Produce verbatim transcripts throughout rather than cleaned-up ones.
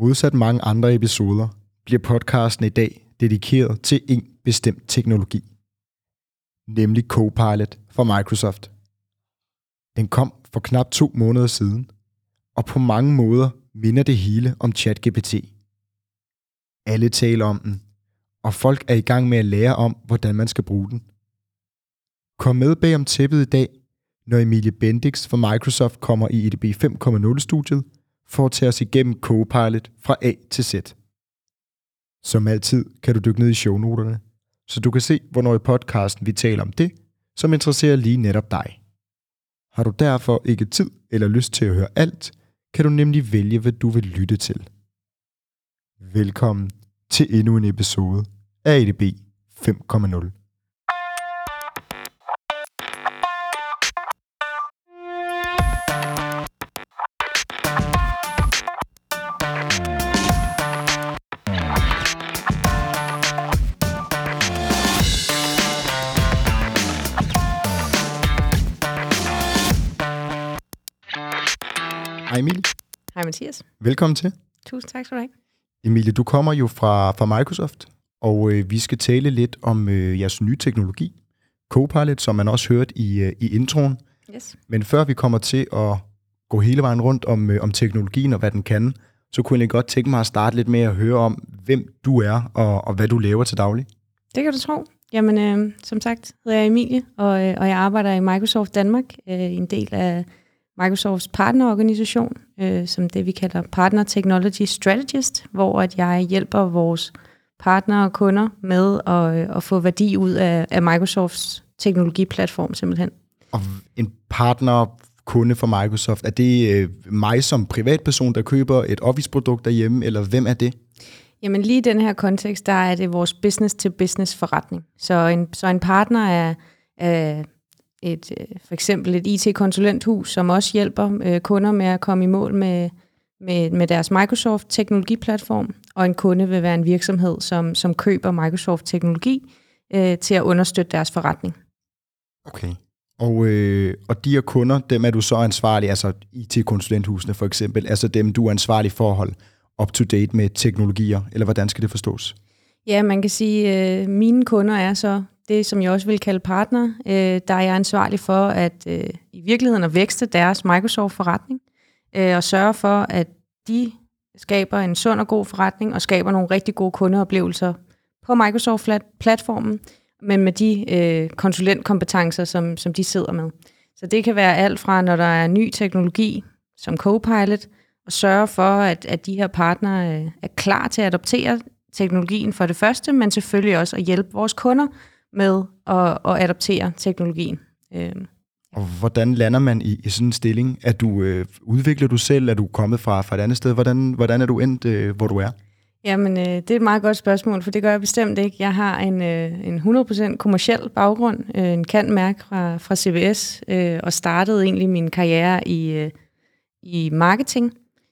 Modsat mange andre episoder, bliver podcasten i dag dedikeret til en bestemt teknologi, nemlig Copilot fra Microsoft. Den kom for knap to måneder siden, og på mange måder minder det hele om ChatGPT. Alle taler om den, og folk er i gang med at lære om, hvordan man skal bruge den. Kom med bag om tæppet i dag, når Emilie Bendix fra Microsoft kommer i E D B fem punkt nul-studiet for at tage os igennem Copilot fra A til Z. Som altid kan du dykke ned i shownoterne, så du kan se, hvornår i podcasten vi taler om det, som interesserer lige netop dig. Har du derfor ikke tid eller lyst til at høre alt, kan du nemlig vælge, hvad du vil lytte til. Velkommen til endnu en episode af E D B fem punkt nul. Hej Emilie. Hej Mathias. Velkommen til. Tusind tak skal du have. Emilie, du kommer jo fra, fra Microsoft, og øh, vi skal tale lidt om øh, jeres nye teknologi, Copilot, som man også hørte i, øh, i introen. Yes. Men før vi kommer til at gå hele vejen rundt om, øh, om teknologien og hvad den kan, så kunne jeg godt tænke mig at starte lidt med at høre om, hvem du er og, og hvad du laver til daglig. Det kan du tro. Jamen, øh, som sagt hedder jeg Emilie, og, øh, og jeg arbejder i Microsoft Danmark, øh, en del af Microsofts partnerorganisation, øh, som det vi kalder Partner Technology Strategist, hvor at jeg hjælper vores partnere og kunder med at, at få værdi ud af, af Microsofts teknologiplatform simpelthen. Og en partnerkunde for Microsoft, er det øh, mig som privatperson, der køber et Office-produkt derhjemme, eller hvem er det? Jamen lige i den her kontekst, der er det vores business-to-business forretning. Så en, så en partner er, er et, for eksempel et I T-konsulenthus, som også hjælper øh, kunder med at komme i mål med, med, med deres Microsoft-teknologiplatform, og en kunde vil være en virksomhed, som, som køber Microsoft-teknologi øh, til at understøtte deres forretning. Okay. Og, øh, og de her kunder, dem er du så ansvarlig, altså I T-konsulenthusene for eksempel, altså dem du er ansvarlig for at holde up-to-date med teknologier, eller hvordan skal det forstås? Ja, man kan sige, at øh, mine kunder er så det, som jeg også vil kalde partner, øh, der er jeg ansvarlig for at øh, i virkeligheden at vækste deres Microsoft-forretning, øh, og sørge for, at de skaber en sund og god forretning, og skaber nogle rigtig gode kundeoplevelser på Microsoft-platformen, men med de øh, konsulentkompetencer, som, som de sidder med. Så det kan være alt fra, når der er ny teknologi, som Copilot, og sørge for, at, at de her partnere øh, er klar til at adoptere teknologien for det første, men selvfølgelig også at hjælpe vores kunder med at, at adoptere teknologien. Øhm. Og hvordan lander man i, i sådan en stilling? Er du, øh, udvikler du selv? Er du kommet fra, fra et andet sted? Hvordan, hvordan er du endt, øh, hvor du er? Jamen, øh, det er et meget godt spørgsmål, for det gør jeg bestemt ikke. Jeg har en, øh, en hundrede procent kommerciel baggrund, øh, en cand.merc fra, fra C B S, øh, og startede egentlig min karriere i, øh, i marketing.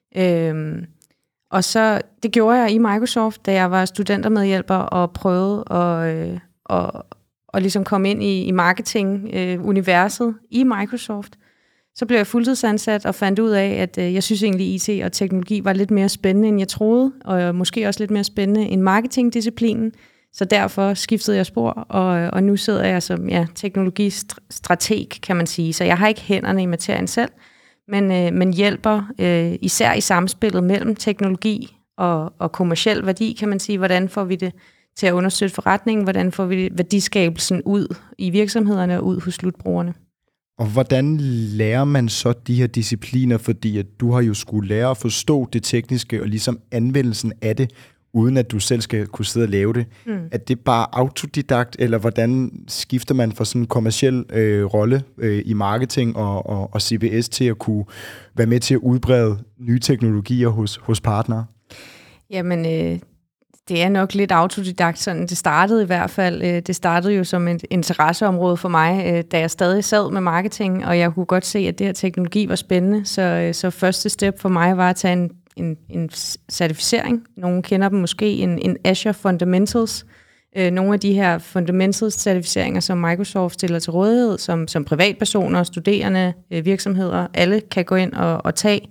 Øh, og så, det gjorde jeg i Microsoft, da jeg var studentermedhjælper og prøvede at øh, og, og ligesom komme ind i, i marketing-universet øh, i Microsoft. Så blev jeg fuldtidsansat og fandt ud af, at øh, jeg synes egentlig, I T og teknologi var lidt mere spændende, end jeg troede, og måske også lidt mere spændende end marketingdisciplinen. Så derfor skiftede jeg spor, og, og nu sidder jeg som ja, teknologistrateg, kan man sige. Så jeg har ikke hænderne i materien selv, men, øh, men hjælper øh, især i samspillet mellem teknologi og, og kommerciel værdi, kan man sige. Hvordan får vi det til at understøtte forretningen? Hvordan får vi værdiskabelsen ud i virksomhederne og ud hos slutbrugerne? Og hvordan lærer man så de her discipliner? Fordi at du har jo skulle lære at forstå det tekniske og ligesom anvendelsen af det, uden at du selv skal kunne sidde og lave det. Mm. Er det bare autodidakt, eller hvordan skifter man fra sådan en kommerciel øh, rolle øh, i marketing og, og, og C B S til at kunne være med til at udbrede nye teknologier hos, hos partnere? Jamen, øh, det er nok lidt autodidakt, sådan det startede i hvert fald. Øh, det startede jo som et interesseområde for mig, øh, da jeg stadig sad med marketing, og jeg kunne godt se, at det her teknologi var spændende. Så, øh, så første step for mig var at tage en En, en certificering. Nogle kender dem måske, en, en Azure Fundamentals. Øh, nogle af de her Fundamentals-certificeringer, som Microsoft stiller til rådighed, som, som privatpersoner, studerende, øh, virksomheder, alle kan gå ind og, og tage,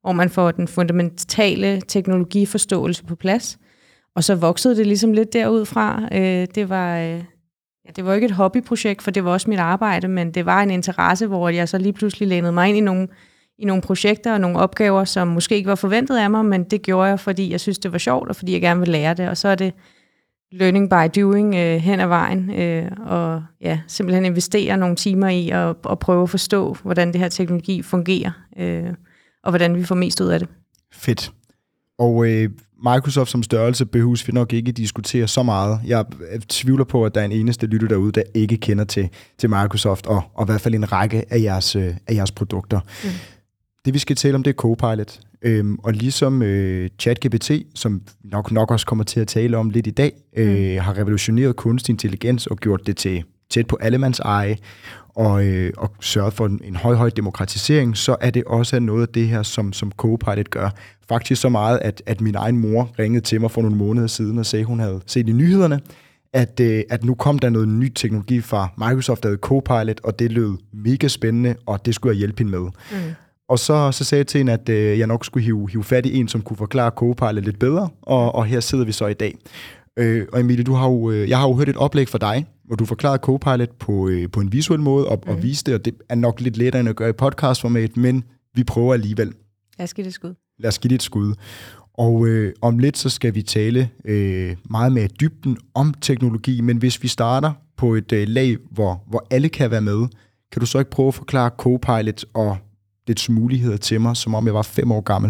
hvor man får den fundamentale teknologiforståelse på plads. Og så voksede det ligesom lidt derudfra. Øh, det var... Øh, Ja, det var ikke et hobbyprojekt, for det var også mit arbejde, men det var en interesse, hvor jeg så lige pludselig lænede mig ind i nogle, i nogle projekter og nogle opgaver, som måske ikke var forventet af mig, men det gjorde jeg, fordi jeg synes, det var sjovt, og fordi jeg gerne ville lære det. Og så er det learning by doing øh, hen ad vejen, øh, og ja, simpelthen investere nogle timer i at, at prøve at forstå, hvordan det her teknologi fungerer, øh, og hvordan vi får mest ud af det. Fedt. Og øh, Microsoft som størrelse behøves vi nok ikke diskutere så meget. Jeg tvivler på, at der er en eneste lytter derude, der ikke kender til, til Microsoft, og, og i hvert fald en række af jeres, øh, af jeres produkter. Mm. Det vi skal tale om, det er Copilot. Øhm, og ligesom øh, ChatGPT, som nok, nok også kommer til at tale om lidt i dag, øh, mm. har revolutioneret kunstig intelligens og gjort det til tæt på allemands eje, og, øh, og sørget for en, en høj, høj demokratisering, så er det også noget af det her, som, som Copilot gør. Faktisk så meget, at, at min egen mor ringede til mig for nogle måneder siden og sagde, at hun havde set i nyhederne, at, øh, at nu kom der noget ny teknologi fra Microsoft, der hed Copilot, og det lød mega spændende, og det skulle jeg hjælpe hende med. Mm. Og så, så sagde jeg til hende, at øh, jeg nok skulle hive, hive fat i en, som kunne forklare Copilot lidt bedre, og, og her sidder vi så i dag. Øh, og Emilie, du har jo, øh, jeg har jo hørt et oplæg fra dig, hvor du forklarede Copilot på, øh, på en visuel måde, og, mm. og viste det, og det er nok lidt lettere end at gøre i podcastformat, men vi prøver alligevel. Lad os give det et skud. Lad os give det et skud. Og øh, om lidt, så skal vi tale øh, meget mere dybden om teknologi, men hvis vi starter på et øh, lag, hvor, hvor alle kan være med, kan du så ikke prøve at forklare Copilot og dets muligheder til mig, som om jeg var fem år gammel?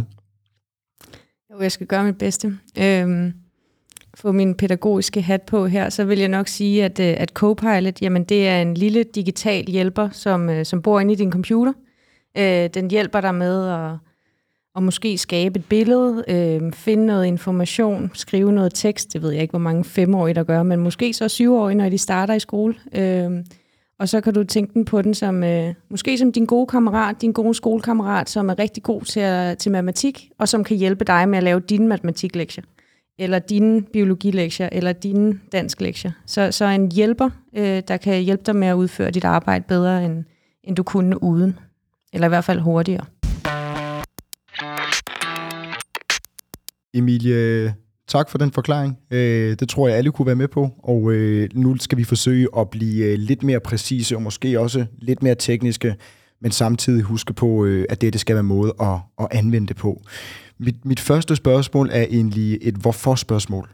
Jo, jeg skal gøre mit bedste. Øhm, få min pædagogiske hat på her, så vil jeg nok sige, at, at Copilot, jamen det er en lille digital hjælper, som, som bor inde i din computer. Øh, den hjælper dig med at, at måske skabe et billede, øh, finde noget information, skrive noget tekst. Det ved jeg ikke, hvor mange femårige der gør, men måske så syvårige, når de starter i skole. Øh, og så kan du tænke den på den som, øh, måske som din gode kammerat, din gode skolekammerat, som er rigtig god til, at, til matematik, og som kan hjælpe dig med at lave dine matematiklektier, eller dine biologilektier, eller dine dansklektier. Så, så en hjælper, øh, der kan hjælpe dig med at udføre dit arbejde bedre, end, end du kunne uden. Eller i hvert fald hurtigere. Emilie, tak for den forklaring. Det tror jeg, alle kunne være med på. Og nu skal vi forsøge at blive lidt mere præcise, og måske også lidt mere tekniske, men samtidig huske på, at det, det skal være en måde at, at anvende det på. Mit, mit første spørgsmål er egentlig et hvorfor-spørgsmål.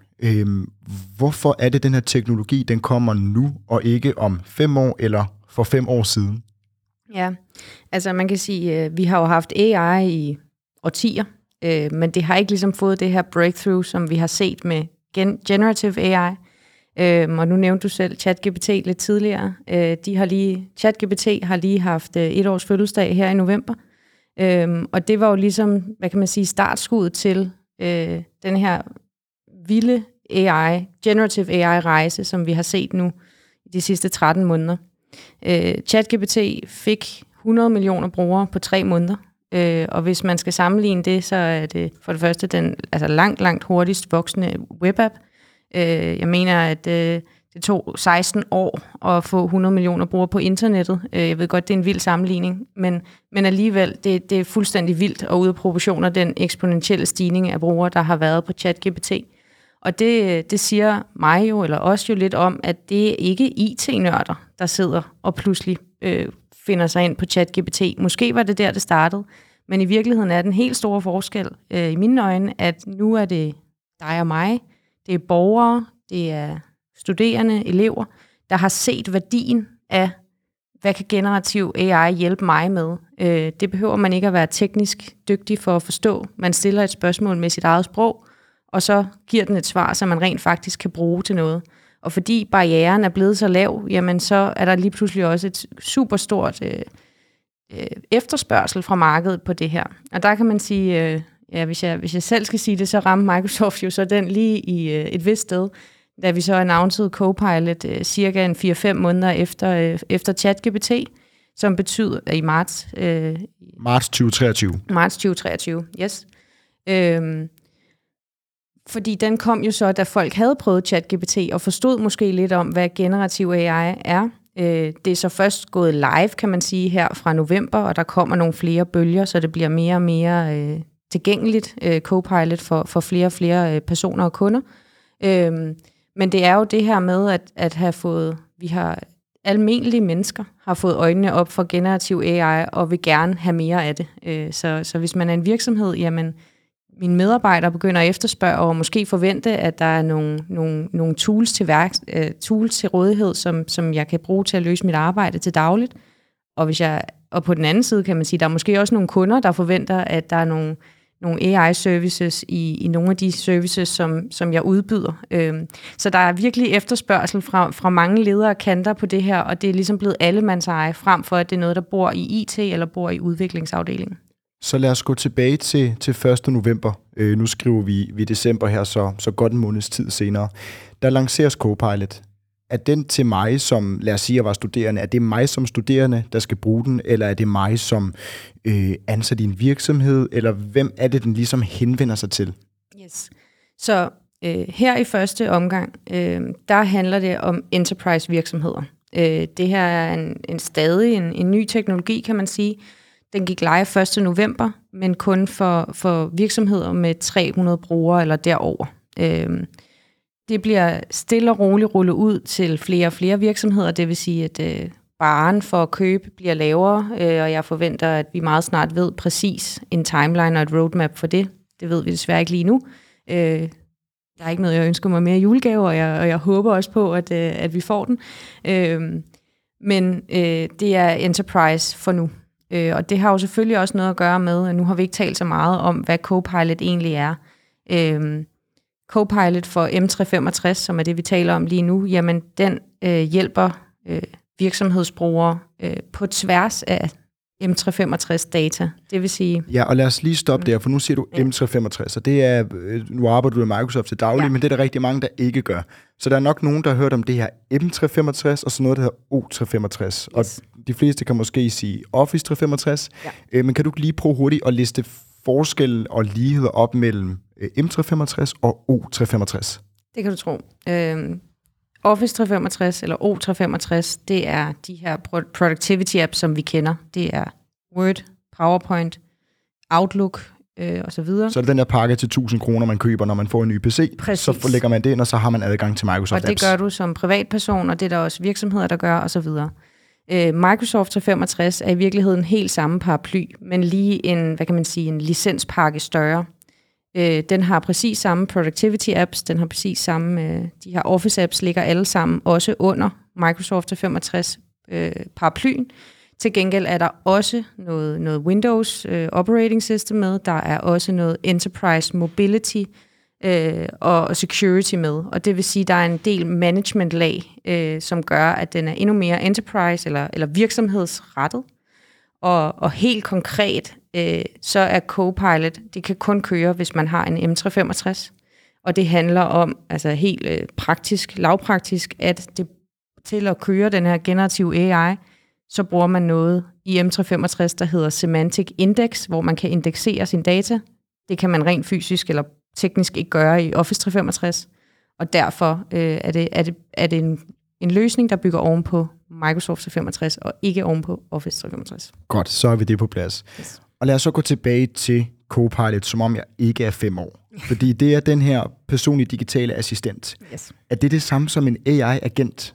Hvorfor er det, den her teknologi, den kommer nu, og ikke om fem år eller for fem år siden? Ja, altså man kan sige, at vi har jo haft A I i årtier, øh, men det har ikke ligesom fået det her breakthrough, som vi har set med gen- generative A I. Øh, og nu nævnte du selv ChatGPT lidt tidligere. Øh, de har lige, ChatGPT har lige haft øh, et års fødselsdag her i november. Øh, og det var jo ligesom, hvad kan man sige, startskuddet til øh, den her vilde A I, generative A I-rejse, som vi har set nu de sidste tretten måneder. Uh, ChatGPT fik hundrede millioner brugere på tre måneder, uh, og hvis man skal sammenligne det, så er det for det første den altså langt, langt hurtigst voksende webapp. Uh, jeg mener, at uh, det tog seksten år at få hundrede millioner brugere på internettet. Uh, jeg ved godt, det er en vild sammenligning, men, men alligevel, det, det er fuldstændig vildt og ude af proportioner den eksponentielle stigning af brugere, der har været på ChatGPT. Og det, det siger mig jo, eller os jo lidt om, at det er ikke I T-nørder, der sidder og pludselig øh, finder sig ind på ChatGPT. Måske var det der, det startede, men i virkeligheden er den helt store forskel øh, i mine øjne, at nu er det dig og mig, det er borgere, det er studerende, elever, der har set værdien af, hvad kan generativ A I hjælpe mig med. Øh, det behøver man ikke at være teknisk dygtig for at forstå. Man stiller et spørgsmål med sit eget sprog, og så giver den et svar, som man rent faktisk kan bruge til noget. Og fordi barrieren er blevet så lav, jamen så er der lige pludselig også et super stort øh, øh, efterspørgsel fra markedet på det her. Og der kan man sige, øh, ja, hvis jeg, hvis jeg selv skal sige det, så rammer Microsoft jo så den lige i øh, et vist sted, da vi så annoncerede Copilot øh, cirka en fire fem måneder efter, øh, efter ChatGPT, som betyder i marts. Øh, marts tyve treogtyve. Marts tyve treogtyve, yes. Øh, Fordi den kom jo så, da folk havde prøvet ChatGPT og forstod måske lidt om, hvad generativ A I er. Det er så først gået live, kan man sige, her fra november, og der kommer nogle flere bølger, så det bliver mere og mere tilgængeligt, øh, Copilot, for, for flere og flere øh, personer og kunder. Øh, men det er jo det her med, at, at have fået, vi har almindelige mennesker har fået øjnene op for generativ A I, og vil gerne have mere af det. Øh, så, så hvis man er en virksomhed, jamen, mine medarbejdere begynder at efterspørge og måske forvente, at der er nogle, nogle, nogle tools, til værk, uh, tools til rådighed, som, som jeg kan bruge til at løse mit arbejde til dagligt. Og, hvis jeg, og på den anden side kan man sige, der er måske også nogle kunder, der forventer, at der er nogle, nogle A I-services i, i nogle af de services, som, som jeg udbyder. Øhm, så der er virkelig efterspørgsel fra, fra mange ledere og kanter på det her, og det er ligesom blevet allemandseje, frem for at det er noget, der bor i I T eller bor i udviklingsafdelingen. Så lad os gå tilbage til, til første november. Øh, nu skriver vi, vi december her, så, så godt en måneds tid senere. Der lanceres Copilot. Er den til mig, som, lad os sige, jeg var studerende, er det mig som studerende, der skal bruge den, eller er det mig som øh, ansat i en virksomhed, eller hvem er det, den ligesom henvender sig til? Yes. Så øh, her i første omgang, øh, der handler det om enterprise virksomheder. Øh, det her er en, en stadig en, en ny teknologi, kan man sige. Den gik live første november, men kun for, for virksomheder med tre hundrede brugere eller derover. Øh, Det bliver stille og roligt rullet ud til flere og flere virksomheder. Det vil sige, at øh, barren for at købe bliver lavere, øh, og jeg forventer, at vi meget snart ved præcis en timeline og et roadmap for det. Det ved vi desværre ikke lige nu. Øh, der er ikke noget, jeg ønsker mig mere julegave, og jeg, og jeg håber også på, at, øh, at vi får den. Øh, men øh, det er enterprise for nu. Øh, og det har jo selvfølgelig også noget at gøre med, at nu har vi ikke talt så meget om, hvad Copilot egentlig er. Øh, Copilot for M tre femogtres, som er det, vi taler om lige nu, jamen den øh, hjælper øh, virksomhedsbrugere øh, på tværs af M tre femogtres data. Det vil sige... Ja, og lad os lige stoppe der, for nu siger du ja. M tre femogtres, og det er, nu arbejder du med Microsoft til daglig, ja. Men det er der rigtig mange, der ikke gør. Så der er nok nogen, der har hørt om det her M tre femogtres, og så noget, der hedder O tre femogtres. Yes. Og de fleste kan måske sige Office tre femogtres, ja. øh, men kan du lige prøve hurtigt at liste forskel og ligheder op mellem M tre femogtres og O tre femogtres? Det kan du tro. Øhm, Office tre femogtres eller O tre femogtres, det er de her productivity apps, som vi kender. Det er Word, PowerPoint, Outlook øh, og så videre. Så er det den der pakke til tusind kroner, man køber, når man får en ny P C. Præcis. Så lægger man det ind, og så har man adgang til Microsoft Apps. Og det gør du som privatperson, og det er der også virksomheder, der gør, og så videre. Øh, Microsoft tre femogtres er i virkeligheden helt samme paraply, men lige en, hvad kan man sige, en licenspakke større. Øh, den har præcis samme productivity apps, den har præcis samme, øh, de her Office apps ligger alle sammen også under Microsoft tre femogtres øh, paraplyen. Til gengæld er der også noget, noget Windows øh, operating system med, der er også noget Enterprise Mobility øh, og security med, og det vil sige, at der er en del management lag, øh, som gør, at den er endnu mere enterprise eller, eller virksomhedsrettet. Og, og helt konkret, øh, så er Copilot, det kan kun køre, hvis man har en M tre femogtres. Og det handler om, altså helt øh, praktisk, lavpraktisk, at det, til at køre den her generative A I, så bruger man noget i M tre femogtres, der hedder Semantic Index, hvor man kan indeksere sin data. Det kan man rent fysisk eller teknisk ikke gøre i Office tre femogtres. Og derfor øh, er det, er det, er det en, en løsning, der bygger ovenpå Microsoft tre femogtres, og ikke ovenpå Office tre femogtres. Godt, så er vi det på plads. Yes. Og lad os så gå tilbage til Copilot, som om jeg ikke er fem år. Fordi det er den her personlige digitale assistent. Yes. Er det det samme som en A I-agent?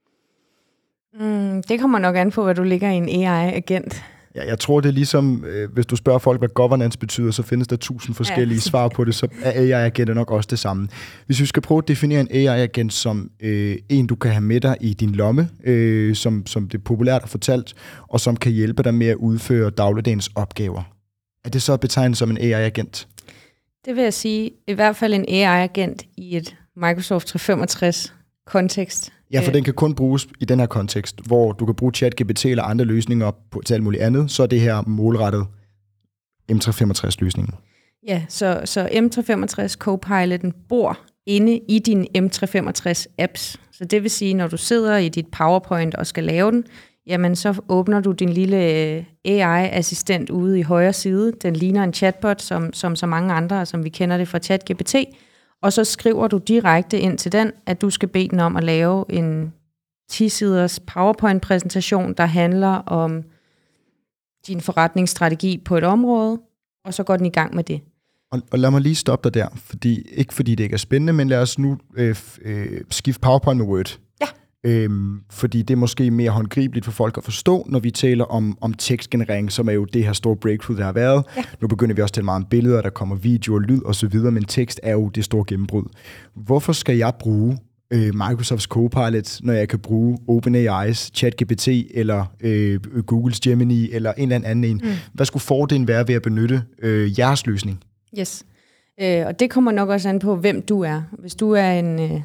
Mm, det kommer nok an på, hvad du ligger i en A I-agent. Ja, jeg tror, det er ligesom, øh, hvis du spørger folk, hvad governance betyder, så findes der tusind forskellige ja. svar på det, så er A I-agenter nok også det samme. Hvis vi skal prøve at definere en A I-agent som øh, en, du kan have med dig i din lomme, øh, som, som det populært er fortalt, og som kan hjælpe dig med at udføre dagligdagens opgaver. Er det så betegnet som en A I-agent? Det vil jeg sige, i hvert fald en A I-agent i et Microsoft tre femogtres-kontekst. Ja, for den kan kun bruges i den her kontekst, hvor du kan bruge ChatGPT eller andre løsninger på, til alt muligt andet, så er det her målrettet M tre femogtres-løsningen. Ja, så, så M tre femogtres Copiloten bor inde i din M tre femogtres-apps. Så det vil sige, når du sidder i dit PowerPoint og skal lave den, jamen så åbner du din lille A I-assistent ude i højre side. Den ligner en chatbot, som, som så mange andre, som vi kender det fra ChatGPT. Og så skriver du direkte ind til den, at du skal bede den om at lave en ti-siders PowerPoint-præsentation, der handler om din forretningsstrategi på et område, og så går den i gang med det. Og, og lad mig lige stoppe dig der, fordi, ikke fordi det ikke er spændende, men lad os nu øh, øh, skifte PowerPoint med Word. Ja. Øhm, fordi det er måske mere håndgribeligt for folk at forstå, når vi taler om, om tekstgenerering, som er jo det her store breakthrough, der har været. Ja. Nu begynder vi også at tale meget om billeder, der kommer video og lyd osv., men tekst er jo det store gennembrud. Hvorfor skal jeg bruge øh, Microsofts Copilot, når jeg kan bruge OpenAI's ChatGPT eller øh, Googles Gemini eller en eller anden en? Mm. Hvad skulle fordelen være ved at benytte øh, jeres løsning? Yes. Øh, og det kommer nok også an på, hvem du er. Hvis du er en... Øh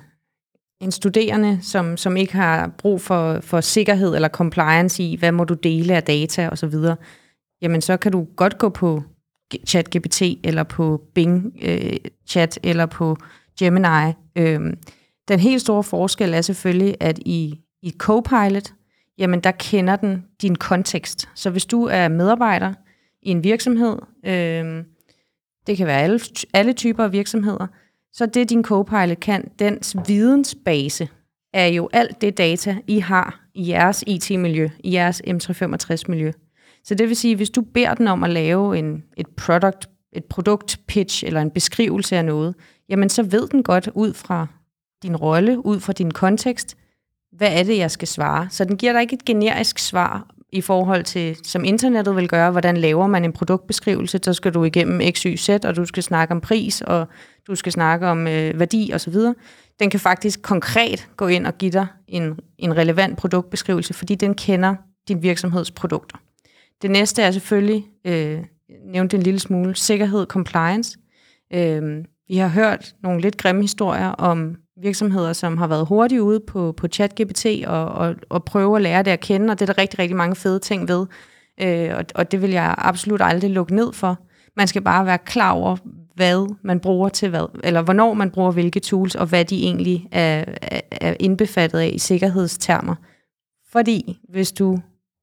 en studerende, som, som ikke har brug for, for sikkerhed eller compliance i, hvad må du dele af data osv., jamen så kan du godt gå på ChatGPT eller på Bing øh, Chat eller på Gemini. Øhm, den helt store forskel er selvfølgelig, at i, i Copilot, jamen der kender den din kontekst. Så hvis du er medarbejder i en virksomhed, øh, det kan være alle, alle typer af virksomheder, så det, din Copilot kan, dens vidensbase, er jo alt det data, I har i jeres I T-miljø, i jeres M tre femogtres-miljø. Så det vil sige, hvis du beder den om at lave en, et, product, et produkt-pitch eller en beskrivelse af noget, jamen så ved den godt ud fra din rolle, ud fra din kontekst, hvad er det, jeg skal svare. Så den giver dig ikke et generisk svar i forhold til, som internettet vil gøre, hvordan laver man en produktbeskrivelse, så skal du igennem X, Y, Z, og du skal snakke om pris, og du skal snakke om øh, værdi osv. Den kan faktisk konkret gå ind og give dig en, en relevant produktbeskrivelse, fordi den kender din virksomheds produkter. Det næste er selvfølgelig, øh, nævnte en lille smule, sikkerhed, compliance. Øh, vi har hørt nogle lidt grimme historier om virksomheder, som har været hurtigt ude på, på ChatGPT og, og, og prøve at lære det at kende, og det er der rigtig, rigtig mange fede ting ved. Øh, og, og det vil jeg absolut aldrig lukke ned for. Man skal bare være klar over, hvad man bruger til hvad, eller hvornår man bruger hvilke tools, og hvad de egentlig er, er, er indbefattet af i sikkerhedstermer. Fordi hvis du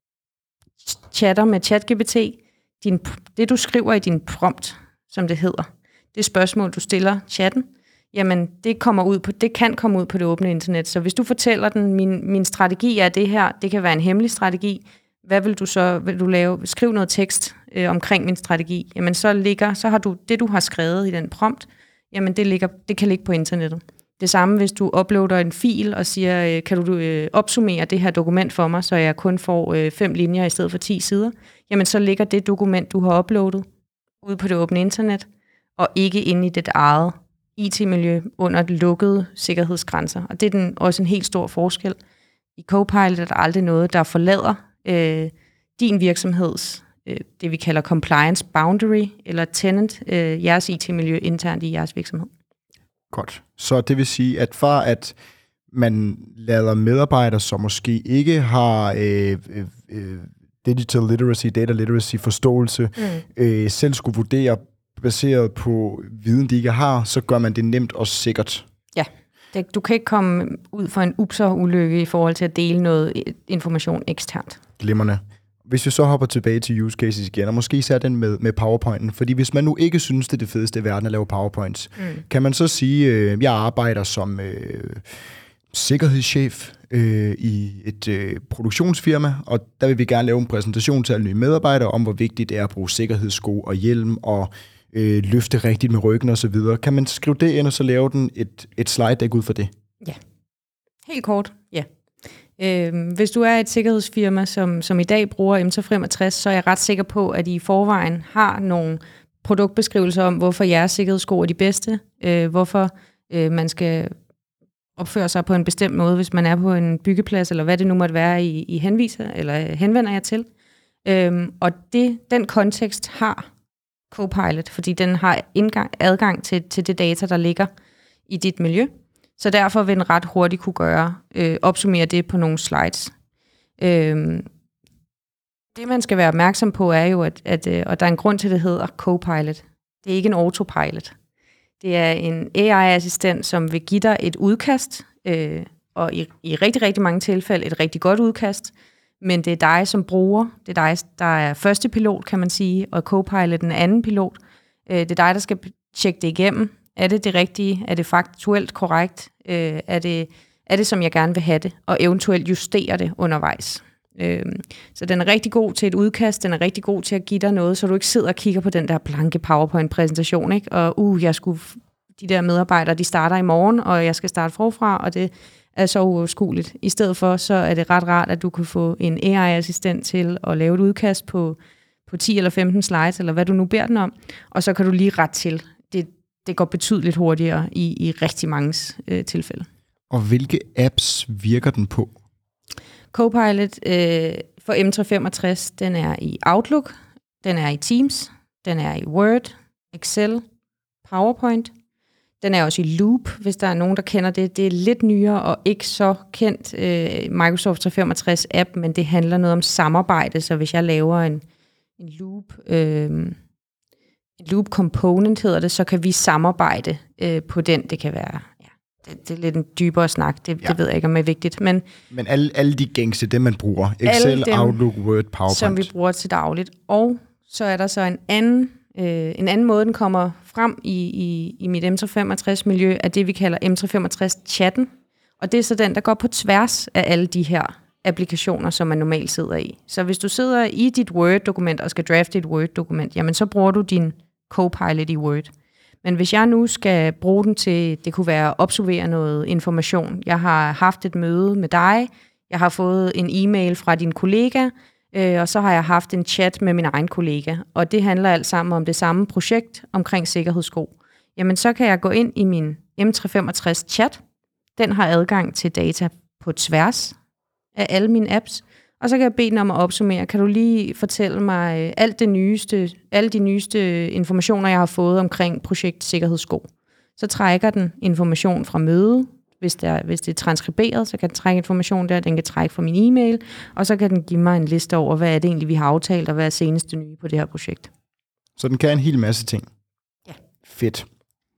chatter med ChatGPT, din, det du skriver i din prompt, som det hedder, det spørgsmål, du stiller chatten, jamen det kommer ud på, det kan komme ud på det åbne internet. Så hvis du fortæller den, min, min strategi er det her, det kan være en hemmelig strategi, hvad vil du så, vil du lave, skriv noget tekst øh, omkring min strategi, jamen så ligger, så har du, det du har skrevet i den prompt, jamen det, ligger, det kan ligge på internettet. Det samme, hvis du uploader en fil og siger, øh, kan du øh, opsummere det her dokument for mig, så jeg kun får øh, fem linjer i stedet for ti sider, jamen så ligger det dokument, du har uploadet, ude på det åbne internet, og ikke inde i dit eget I T-miljø under lukkede sikkerhedsgrænser. Og det er den, også en helt stor forskel. I Copilot er der aldrig noget, der forlader øh, din virksomheds, øh, det vi kalder compliance boundary, eller tenant, øh, jeres I T-miljø internt i jeres virksomhed. Godt. Så det vil sige, at for at man lader medarbejdere, som måske ikke har øh, øh, digital literacy, data literacy, forståelse, mm. øh, selv skulle vurdere baseret på viden, de ikke har, så gør man det nemt og sikkert. Ja, det, du kan ikke komme ud for en upser-ulykke i forhold til at dele noget information eksternt. Glimrende. Hvis vi så hopper tilbage til use cases igen, og måske især den med, med PowerPointen, fordi hvis man nu ikke synes, det er det fedeste i verden at lave PowerPoints, mm. kan man så sige, øh, jeg arbejder som øh, sikkerhedschef øh, i et øh, produktionsfirma, og der vil vi gerne lave en præsentation til alle nye medarbejdere om, hvor vigtigt det er at bruge sikkerhedssko og hjelm og øh, løfte rigtigt med ryggen og så videre. Kan man skrive det ind, og så lave den et, et slide deck ud for det? Ja. Helt kort, ja. Øh, hvis du er et sikkerhedsfirma, som, som i dag bruger M tre femogtres, så er jeg ret sikker på, at I i forvejen har nogle produktbeskrivelser om, hvorfor jeres sikkerhedssko er de bedste, øh, hvorfor øh, man skal opføre sig på en bestemt måde, hvis man er på en byggeplads, eller hvad det nu måtte være, I, I henviser, eller henvender jer til. Øh, og det, den kontekst har Copilot, fordi den har indgang, adgang til, til det data, der ligger i dit miljø. Så derfor vil den ret hurtigt kunne gøre, øh, opsummere det på nogle slides. Øh, det, man skal være opmærksom på, er jo, at, at øh, og der er en grund til, at det hedder Copilot. Det er ikke en autopilot. Det er en A I-assistent, som vil give dig et udkast, øh, og i, i rigtig, rigtig mange tilfælde et rigtig godt udkast, men det er dig som bruger, det er dig, der er første pilot, kan man sige, og Copilot den anden pilot. Øh, det er dig, der skal tjekke det igennem. Er det det rigtige? Er det faktuelt korrekt? Øh, er, det, er det, som jeg gerne vil have det? Og eventuelt justere det undervejs. Øh, så den er rigtig god til et udkast, den er rigtig god til at give dig noget, så du ikke sidder og kigger på den der blanke PowerPoint-præsentation, ikke? Og uh, jeg skulle, de der medarbejdere, de starter i morgen, og jeg skal starte forfra, og det er så uoverskueligt. I stedet for, så er det ret rart, at du kan få en A I-assistent til at lave et udkast på, på ti eller femten slides, eller hvad du nu beder den om, og så kan du lige rette til. Det, det går betydeligt hurtigere i, i rigtig mange øh, tilfælde. Og hvilke apps virker den på? Copilot øh, for M tre femogtres, den er i Outlook, den er i Teams, den er i Word, Excel, PowerPoint. Den er også i Loop, hvis der er nogen, der kender det. Det er lidt nyere og ikke så kendt øh, Microsoft tre femogtres app, men det handler noget om samarbejde, så hvis jeg laver en, en Loop, øh, en Loop Component hedder det, så kan vi samarbejde øh, på den. Det kan være, ja, det, det er lidt en dybere snak, det, ja. det ved jeg ikke, om det er vigtigt. Men, men alle, alle de gængse, det man bruger, Excel, dem, Outlook, Word, PowerPoint. Som vi bruger til dagligt. Og så er der så en anden Øh, en anden måde, den kommer frem i, i, i mit M tre femogtres-miljø, er det, vi kalder M tre femogtres-chatten. Og det er så den, der går på tværs af alle de her applikationer, som man normalt sidder i. Så hvis du sidder i dit Word-dokument og skal drafte et Word-dokument, jamen så bruger du din Copilot i Word. Men hvis jeg nu skal bruge den til, det kunne være at observere noget information. Jeg har haft et møde med dig, jeg har fået en e-mail fra din kollega, Øh, og så har jeg haft en chat med min egen kollega, og det handler alt sammen om det samme projekt omkring sikkerhedssko. Jamen, så kan jeg gå ind i min M tre femogtres chat. Den har adgang til data på tværs af alle mine apps, og så kan jeg bede den om at opsummere. Kan du lige fortælle mig alt det nyeste, alle de nyeste informationer, jeg har fået omkring projekt sikkerhedssko? Så trækker den information fra mødet. Hvis, der, hvis det er transkriberet, så kan den trække information der, den kan trække fra min e-mail, og så kan den give mig en liste over, hvad er det egentlig, vi har aftalt, og hvad er seneste nye på det her projekt. Så den kan en hel masse ting? Ja. Fedt.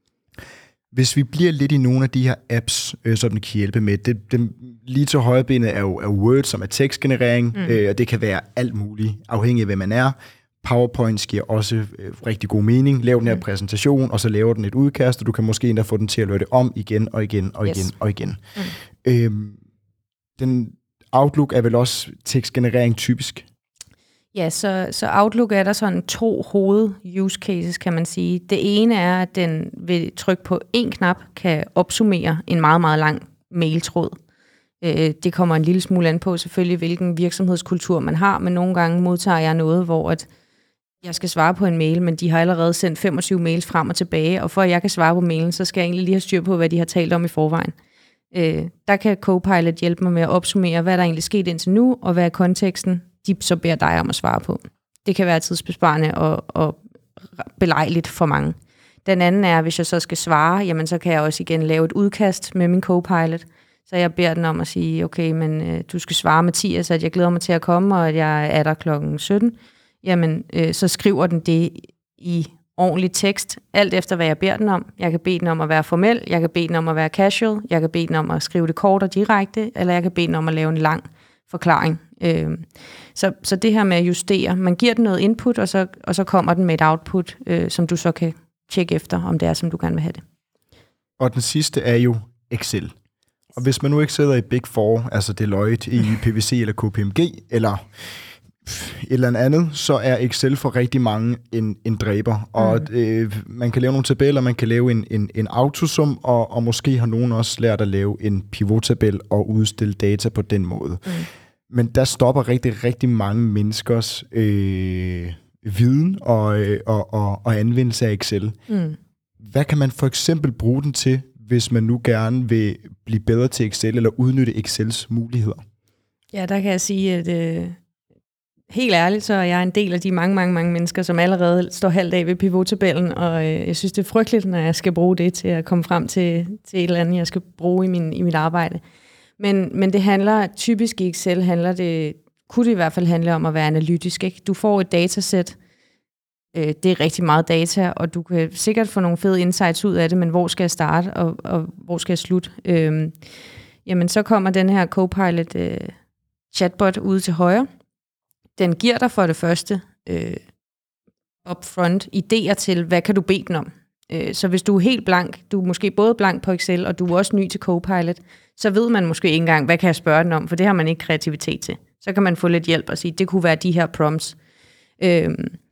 Hvis vi bliver lidt i nogle af de her apps, øh, som den kan hjælpe med, det, det, lige til højrebenet er jo er Word, som er tekstgenerering, mm. øh, og det kan være alt muligt, afhængig af, hvem man er. PowerPoint giver også øh, rigtig god mening. Lav den her mm. præsentation, og så laver den et udkast, og du kan måske endda få den til at lave det om igen og igen og yes. igen og igen. Mm. Øhm, den Outlook er vel også tekstgenerering typisk? Ja, så, så Outlook er der sådan to hoved-use cases, kan man sige. Det ene er, at den ved tryk på en knap kan opsummere en meget, meget lang mailtråd. Øh, det kommer en lille smule an på selvfølgelig, hvilken virksomhedskultur man har, men nogle gange modtager jeg noget, hvor at jeg skal svare på en mail, men de har allerede sendt femogtyve mails frem og tilbage, og for at jeg kan svare på mailen, så skal jeg egentlig lige have styr på, hvad de har talt om i forvejen. Øh, der kan Copilot hjælpe mig med at opsummere, hvad der egentlig er sket indtil nu, og hvad er konteksten, de så beder dig om at svare på. Det kan være tidsbesparende og, og belejligt for mange. Den anden er, hvis jeg så skal svare, jamen så kan jeg også igen lave et udkast med min Copilot, så jeg beder den om at sige, okay, men øh, du skal svare Mathias, at jeg glæder mig til at komme, og at jeg er der klokken sytten. Jamen, øh, så skriver den det i ordentlig tekst, alt efter hvad jeg beder den om. Jeg kan bede den om at være formel, jeg kan bede den om at være casual, jeg kan bede den om at skrive det kort og direkte, eller jeg kan bede den om at lave en lang forklaring. Øh, så, så det her med at justere, man giver den noget input, og så, og så kommer den med et output, øh, som du så kan tjekke efter, om det er, som du gerne vil have det. Og den sidste er jo Excel. Og hvis man nu ikke sidder i Big Four, altså Deloitte, E Y, P V C eller K P M G, eller et eller andet, så er Excel for rigtig mange en, en dræber. Og mm. øh, man kan lave nogle tabeller, man kan lave en, en, en autosum, og, og måske har nogen også lært at lave en pivottabel og udstille data på den måde. Mm. Men der stopper rigtig, rigtig mange menneskers øh, viden og, øh, og, og, og anvendelse af Excel. Mm. Hvad kan man for eksempel bruge den til, hvis man nu gerne vil blive bedre til Excel, eller udnytte Excels muligheder? Ja, der kan jeg sige, at øh, helt ærligt, så er jeg en del af de mange, mange, mange mennesker, som allerede står halvt af ved pivottabellen, og øh, jeg synes, det er frygteligt, når jeg skal bruge det til at komme frem til, til et eller andet, jeg skal bruge i, min, i mit arbejde. Men, men det handler, typisk i Excel handler det, kunne det i hvert fald handle om at være analytisk, ikke? Du får et datasæt, øh, det er rigtig meget data, og du kan sikkert få nogle fede insights ud af det, men hvor skal jeg starte, og, og hvor skal jeg slutte? Øh, jamen, så kommer den her Copilot øh, chatbot ude til højre. Den giver dig for det første øh, upfront idéer til, hvad kan du bede den om. Øh, så hvis du er helt blank, du er måske både blank på Excel, og du er også ny til Copilot, så ved man måske ikke engang, hvad kan jeg spørge den om, for det har man ikke kreativitet til. Så kan man få lidt hjælp og sige, det kunne være de her prompts. Øh,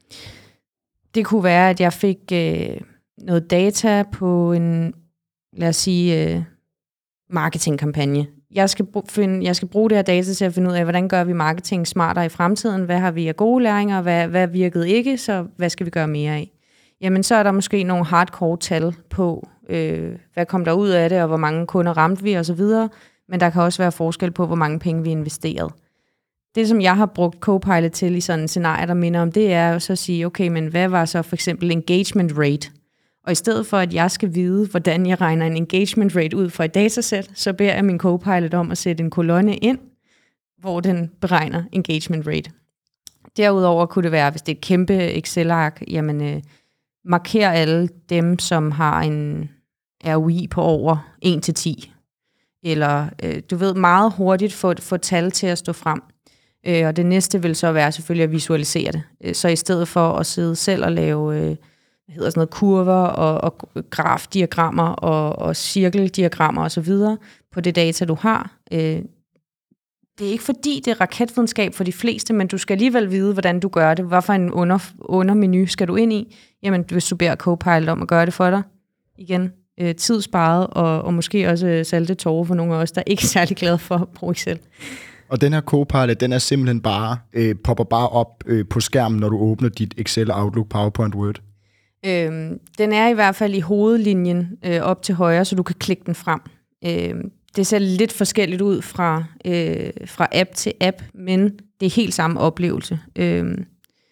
det kunne være, at jeg fik øh, noget data på en, lad os sige, øh, marketingkampagne. Jeg skal, finde, jeg skal bruge det her data til at finde ud af, hvordan gør vi marketing smartere i fremtiden, hvad har vi af gode læringer, hvad, hvad virkede ikke, så hvad skal vi gøre mere af? Jamen, så er der måske nogle hardcore tal på, øh, hvad kom der ud af det, og hvor mange kunder ramte vi, og så videre. Men der kan også være forskel på, hvor mange penge vi investerede. Det, som jeg har brugt Copilot til i sådan en scenarie, der minder om det, er jo så at sige, okay, men hvad var så for eksempel engagement rate? Og i stedet for, at jeg skal vide, hvordan jeg regner en engagement rate ud fra et datasæt, så beder jeg min Copilot om at sætte en kolonne ind, hvor den beregner engagement rate. Derudover kunne det være, hvis det er et kæmpe Excel-ark, jamen øh, marker alle dem, som har en R O I på over en til ti. Eller øh, du ved, meget hurtigt få, få tal til at stå frem. Øh, og det næste vil så være selvfølgelig at visualisere det. Øh, så i stedet for at sidde selv og lave øh, hvad hedder sådan noget, kurver og, og grafdiagrammer og, og cirkeldiagrammer osv. på det data, du har. Øh, det er ikke fordi, det er raketvidenskab for de fleste, men du skal alligevel vide, hvordan du gør det. Hvad for en under, undermenu skal du ind i? Jamen, hvis du beder Copilot om at gøre det for dig, igen, øh, tid sparet, og, og måske også salte tårer for nogle af os, der er ikke særlig glade for at bruge Excel. Og den her Copilot, den er simpelthen bare, øh, popper bare op øh, på skærmen, når du åbner dit Excel, Outlook, PowerPoint, Word. Øhm, den er i hvert fald i hovedlinjen øh, op til højre, så du kan klikke den frem. Øhm, det ser lidt forskelligt ud fra, øh, fra app til app, men det er helt samme oplevelse. Øhm.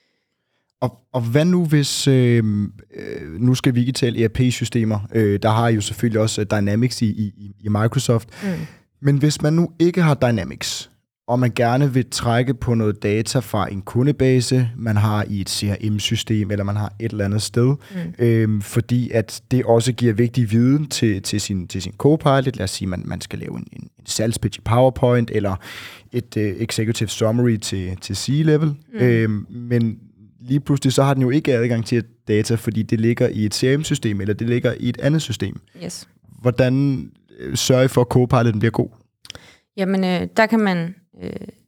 Og, og hvad nu hvis, øh, nu skal vi ikke tale E R P-systemer, øh, der har jo selvfølgelig også Dynamics i, i, i Microsoft, mm. men hvis man nu ikke har Dynamics, og man gerne vil trække på noget data fra en kundebase, man har i et C R M-system, eller man har et eller andet sted, mm. øhm, fordi at det også giver vigtig viden til, til sin, til sin Copilot. Lad os sige, at man, man skal lave en, en, en salgspitch i PowerPoint, eller et uh, executive summary til, til C-level. Mm. Øhm, men lige pludselig så har den jo ikke adgang til data, fordi det ligger i et C R M-system, eller det ligger i et andet system. Yes. Hvordan sørger I for, at Copiloten bliver god? Jamen, øh, der kan man øh,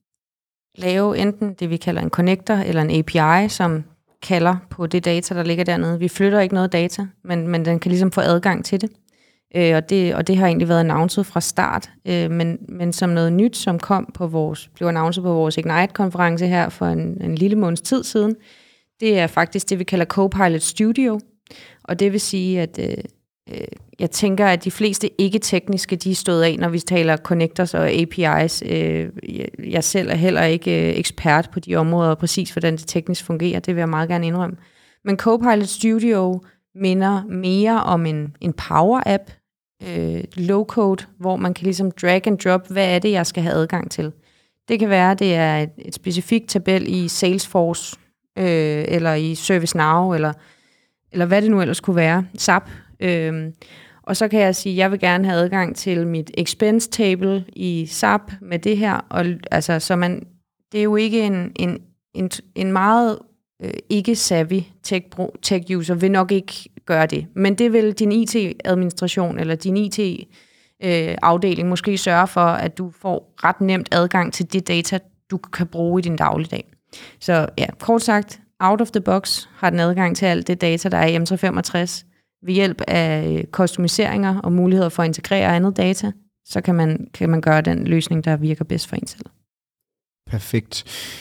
lave enten det, vi kalder en connector, eller en A P I, som kalder på det data, der ligger dernede. Vi flytter ikke noget data, men, men den kan ligesom få adgang til det. Øh, og det. Og det har egentlig været announced fra start, øh, men, men som noget nyt, som kom på vores, blev announced på vores Ignite-konference her for en, en lille måneds tid siden, det er faktisk det, vi kalder Copilot Studio. Og det vil sige, at øh, jeg tænker, at de fleste ikke-tekniske, de er stået af, når vi taler connectors og A P Is. Jeg selv er heller ikke ekspert på de områder, og præcis hvordan det teknisk fungerer. Det vil jeg meget gerne indrømme. Men Copilot Studio minder mere om en, en power-app, øh, low-code, hvor man kan ligesom drag and drop, hvad er det, jeg skal have adgang til. Det kan være, at det er et, et specifikt tabel i Salesforce, øh, eller i ServiceNow, eller, eller hvad det nu ellers kunne være. S A P. Øhm, og så kan jeg sige, at jeg vil gerne have adgang til mit expense table i S A P med det her. Og, altså, så man, det er jo ikke en, en, en, en meget øh, ikke-savvy tech, tech-user vil nok ikke gøre det. Men det vil din I T-administration eller din I T-afdeling øh, måske sørge for, at du får ret nemt adgang til det data, du kan bruge i din dagligdag. Så ja, kort sagt, out of the box har den adgang til alt det data, der er i M tre femogtres. Ved hjælp af customiseringer og muligheder for at integrere andet data, så kan man, kan man gøre den løsning, der virker bedst for en selv. Perfekt.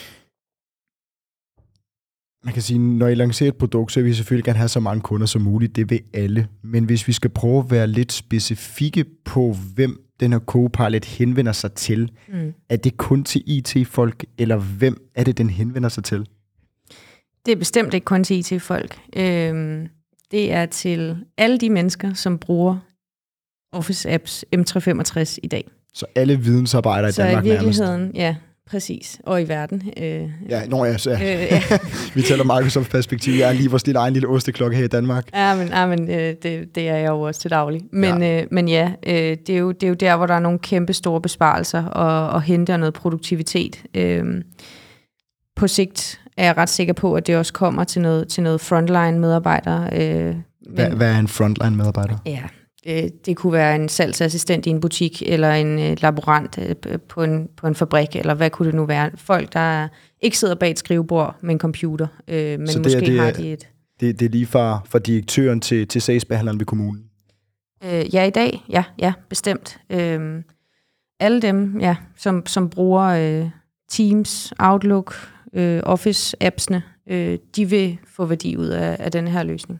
Man kan sige, når I lancerer et produkt, så vil I selvfølgelig gerne have så mange kunder som muligt. Det vil alle. Men hvis vi skal prøve at være lidt specifikke på, hvem den her Copilot henvender sig til, mm. er det kun til I T-folk, eller hvem er det, den henvender sig til? Det er bestemt ikke kun til I T-folk. Øhm Det er til alle de mennesker, som bruger Office Apps M tre femogtres i dag. Så alle vidensarbejdere i så Danmark nærmest? Så i virkeligheden, nærmest. Ja, præcis. Og i verden. Øh, ja, nå ja, så, øh, ja. Vi taler Microsoft-perspektiv. Jeg er lige vores lille egen lille osteklokke her i Danmark. Ja, men, ja, men øh, det, det er jeg jo også til daglig. Men ja, øh, men ja øh, det, er jo, det er jo der, hvor der er nogle kæmpe store besparelser og, og henter noget produktivitet. Øh, på sigt er jeg ret sikker på, at det også kommer til noget, til noget frontline medarbejdere. Øh, hvad, hvad er en frontline medarbejder? Ja, Det kunne være en salgsassistent i en butik, eller en laborant på en, på en fabrik, eller hvad kunne det nu være? Folk, der ikke sidder bag et skrivebord med en computer, øh, men så det måske er, det har er, de et... Det, det er lige fra, fra direktøren til, til sagsbehandleren ved kommunen? Øh, ja, i dag. Ja, ja, bestemt. Øh, alle dem, ja, som, som bruger øh, Teams, Outlook, øh, Office-appsene, øh, de vil få værdi ud af, af den her løsning.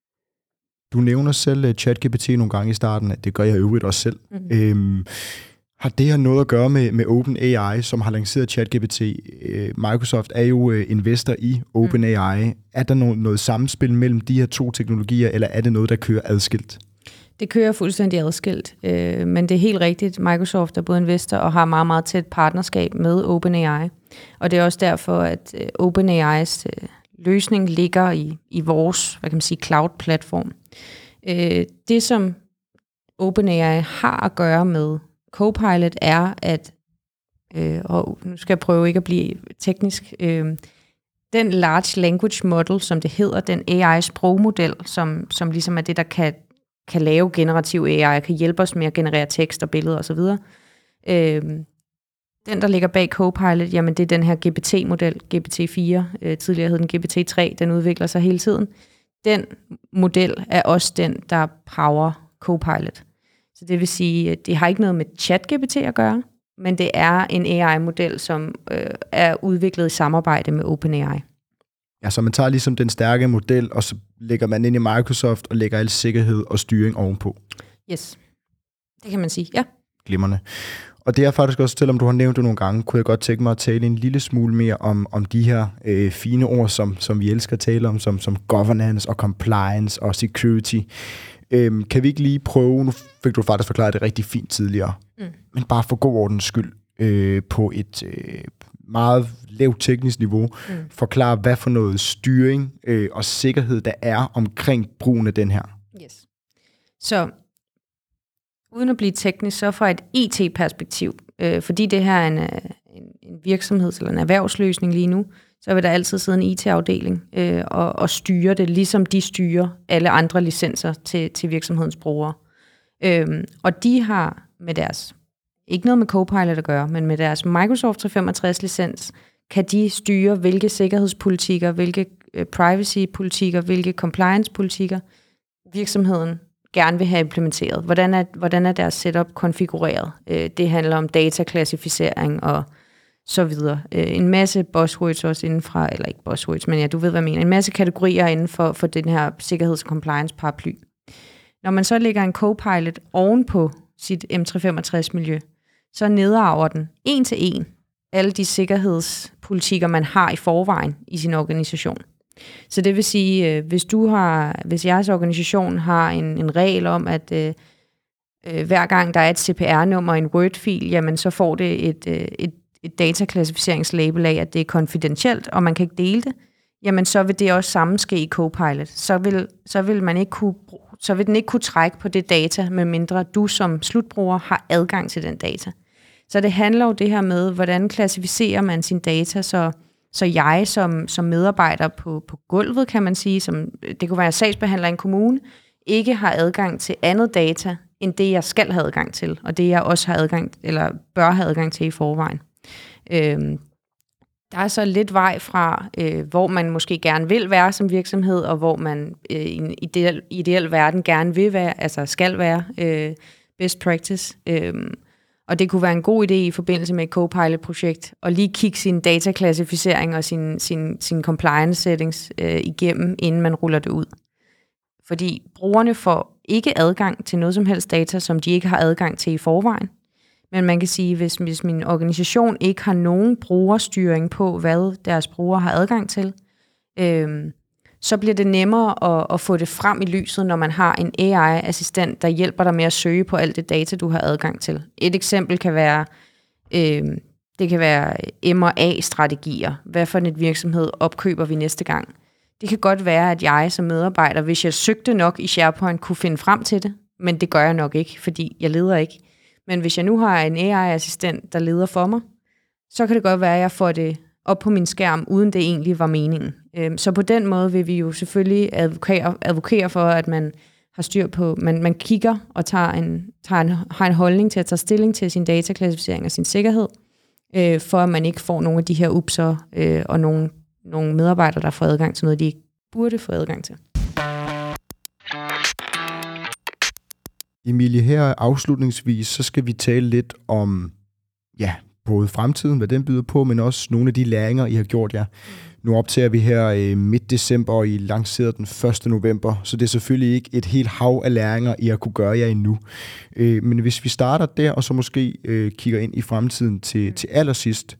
Du nævner selv uh, ChatGPT nogle gange i starten, det gør jeg i øvrigt også selv. Mm-hmm. Øhm, har det her noget at gøre med, med OpenAI, som har lanceret ChatGPT? Øh, Microsoft er jo uh, investor i OpenAI. Mm. Er der noget, noget samspil mellem de her to teknologier, eller er det noget, der kører adskilt? Det kører fuldstændig adskilt, øh, men det er helt rigtigt. Microsoft er både investor og har meget, meget tæt partnerskab med OpenAI. Og det er også derfor, at øh, OpenAI's øh, løsning ligger i, i vores, hvad kan man sige, cloud-platform. Øh, det, som OpenAI har at gøre med Copilot, er, at, øh, og nu skal jeg prøve ikke at blive teknisk, øh, den large language model, som det hedder, den A I-sprogmodel, som, som ligesom er det, der kan, kan lave generativ A I, kan hjælpe os med at generere tekst og billeder osv., øh, den, der ligger bag Copilot, jamen det er den her G P T-model, G P T fire, øh, tidligere hed den G P T tre, den udvikler sig hele tiden. Den model er også den, der power Copilot. Så det vil sige, at det har ikke noget med ChatGPT at gøre, men det er en A I-model, som øh, er udviklet i samarbejde med OpenAI. Ja, så man tager ligesom den stærke model, og så lægger man ind i Microsoft og lægger al sikkerhed og styring ovenpå. Yes, det kan man sige, ja. Glimrende. Og det er faktisk også, selvom du har nævnt det nogle gange, kunne jeg godt tænke mig at tale en lille smule mere om, om de her øh, fine ord, som, som vi elsker at tale om, som, som governance og compliance og security. Øhm, kan vi ikke lige prøve, nu fik du faktisk forklaret det rigtig fint tidligere, mm. men bare for god ordens skyld, øh, på et øh, meget lavt teknisk niveau, mm. forklare, hvad for noget styring øh, og sikkerhed, der er omkring brugen af den her. Yes. Så uden at blive teknisk, så fra et I T-perspektiv, øh, fordi det her er en, en, en virksomheds- eller en erhvervsløsning lige nu, så vil der altid sidde en I T-afdeling øh, og, og styre det, ligesom de styrer alle andre licenser til, til virksomhedens brugere. Øhm, og de har med deres, ikke noget med Copilot at gøre, men med deres Microsoft tre femogtres licens, kan de styre, hvilke sikkerhedspolitikker, hvilke øh, privacy-politikker, hvilke compliance-politikker virksomheden gerne vil have implementeret. Hvordan er, hvordan er deres setup konfigureret? Øh, det handler om dataklassificering og så videre. Øh, en masse buzzwords også inden fra, eller ikke buzzwords, men ja, du ved, hvad jeg mener. En masse kategorier inden for, for den her sikkerheds- og compliance-paraply. Når man så lægger en Copilot oven på sit M tre femogtres-miljø, så nedarver den en til en alle de sikkerhedspolitikker, man har i forvejen i sin organisation. Så det vil sige, hvis du har, hvis jeres organisation har en, en regel om, at øh, øh, hver gang der er et C P R-nummer i en Word-fil, jamen så får det et, øh, et, et dataklassificeringslabel af, at det er konfidentielt, og man kan ikke dele det, jamen så vil det også samme ske i Copilot. Så vil, så vil man ikke kunne, så vil den ikke kunne trække på det data, medmindre du som slutbruger har adgang til den data. Så det handler jo det her med, hvordan klassificerer man sin data, så Så jeg som, som medarbejder på, på gulvet, kan man sige, som, det kunne være sagsbehandler i en kommune, ikke har adgang til andet data, end det jeg skal have adgang til, og det jeg også har adgang, eller bør have adgang til i forvejen. Øhm, der er så lidt vej fra, øh, hvor man måske gerne vil være som virksomhed, og hvor man øh, i en ideel, ideel verden gerne vil være, altså skal være øh, best practice. Øh, Og det kunne være en god idé i forbindelse med et Copilot-projekt, at lige kigge sin dataklassificering og sin, sin, sin compliance settings øh, igennem, inden man ruller det ud. Fordi brugerne får ikke adgang til noget som helst data, som de ikke har adgang til i forvejen. Men man kan sige, hvis, hvis min organisation ikke har nogen brugerstyring på, hvad deres brugere har adgang til, øh, så bliver det nemmere at, at få det frem i lyset, når man har en A I-assistent, der hjælper dig med at søge på alt det data, du har adgang til. Et eksempel kan være, øh, det kan være M og A-strategier. Hvad for en virksomhed opkøber vi næste gang? Det kan godt være, at jeg som medarbejder, hvis jeg søgte nok i SharePoint, kunne finde frem til det, men det gør jeg nok ikke, fordi jeg leder ikke. Men hvis jeg nu har en A I-assistent, der leder for mig, så kan det godt være, at jeg får det op på min skærm, uden det egentlig var meningen. Så på den måde vil vi jo selvfølgelig advokere, advokere for, at man har styr på. Man, man kigger og tager en, tager en, har en holdning til at tage stilling til sin dataklassificering og sin sikkerhed, øh, for at man ikke får nogle af de her upser øh, og nogle, nogle medarbejdere, der får adgang til noget, de ikke burde få adgang til. Emilie, her afslutningsvis, så skal vi tale lidt om, ja, både fremtiden, hvad den byder på, men også nogle af de læringer, I har gjort jer. Nu optager vi her øh, midt december, og I lancerede den første november, så det er selvfølgelig ikke et helt hav af læringer, I har kunne gøre jer endnu. Øh, men hvis vi starter der, og så måske øh, kigger ind i fremtiden til, til allersidst,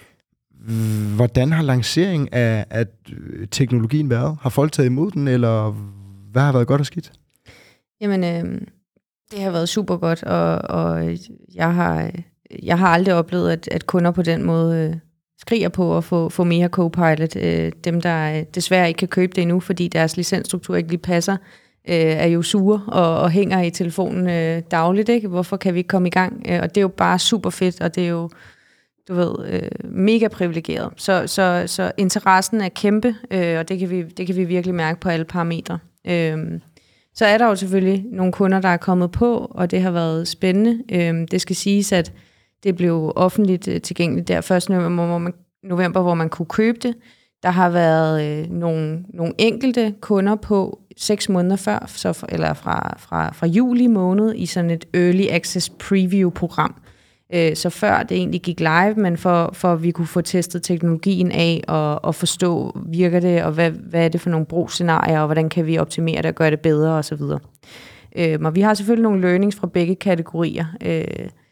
hvordan har lanceringen af, af teknologien været? Har folk taget imod den, eller hvad har været godt og skidt? Jamen, øh, det har været super godt, og, og jeg har... Jeg har aldrig oplevet, at, at kunder på den måde øh, skriger på at få, få mere Copilot. Øh, dem, der øh, desværre ikke kan købe det endnu, fordi deres licensstruktur ikke lige passer, øh, er jo sure og, og hænger i telefonen øh, dagligt. Ikke? Hvorfor kan vi ikke komme i gang? Øh, og det er jo bare super fedt, og det er jo, du ved, øh, mega privilegeret. Så, så, så interessen er kæmpe, øh, og det kan, vi, det kan vi virkelig mærke på alle parametre. Øh, så er der jo selvfølgelig nogle kunder, der er kommet på, og det har været spændende. Øh, det skal siges, at det blev offentligt tilgængeligt der første november, hvor man, november, hvor man kunne købe det. Der har været øh, nogle, nogle enkelte kunder på seks måneder før, så, eller fra, fra, fra juli måned, i sådan et Early Access Preview-program. Øh, så før det egentlig gik live, men for, for at vi kunne få testet teknologien af og, og forstå, virker det, og hvad, hvad er det for nogle brugsscenarier, og hvordan kan vi optimere det og gøre det bedre osv. Øh, og vi har selvfølgelig nogle learnings fra begge kategorier. Øh,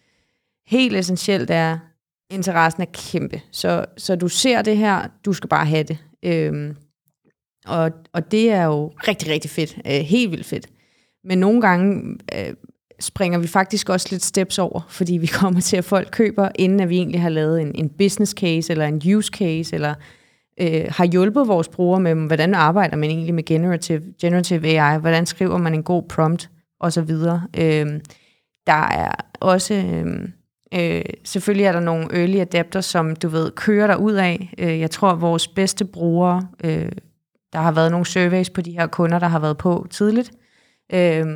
Helt essentielt er, interessen er kæmpe. Så, så du ser det her, du skal bare have det. Øhm, og, og det er jo rigtig, rigtig fedt. Øh, helt vildt fedt. Men nogle gange øh, springer vi faktisk også lidt steps over, fordi vi kommer til, at folk køber, inden at vi egentlig har lavet en, en business case, eller en use case, eller øh, har hjulpet vores brugere med, hvordan arbejder man egentlig med generative, generative A I, hvordan skriver man en god prompt, osv. Øh, der er også... Øh, Øh, selvfølgelig er der nogle early adapter, som du ved, kører der ud af. Øh, jeg tror, at vores bedste brugere, øh, der har været nogle surveys på de her kunder, der har været på tidligt. Øh,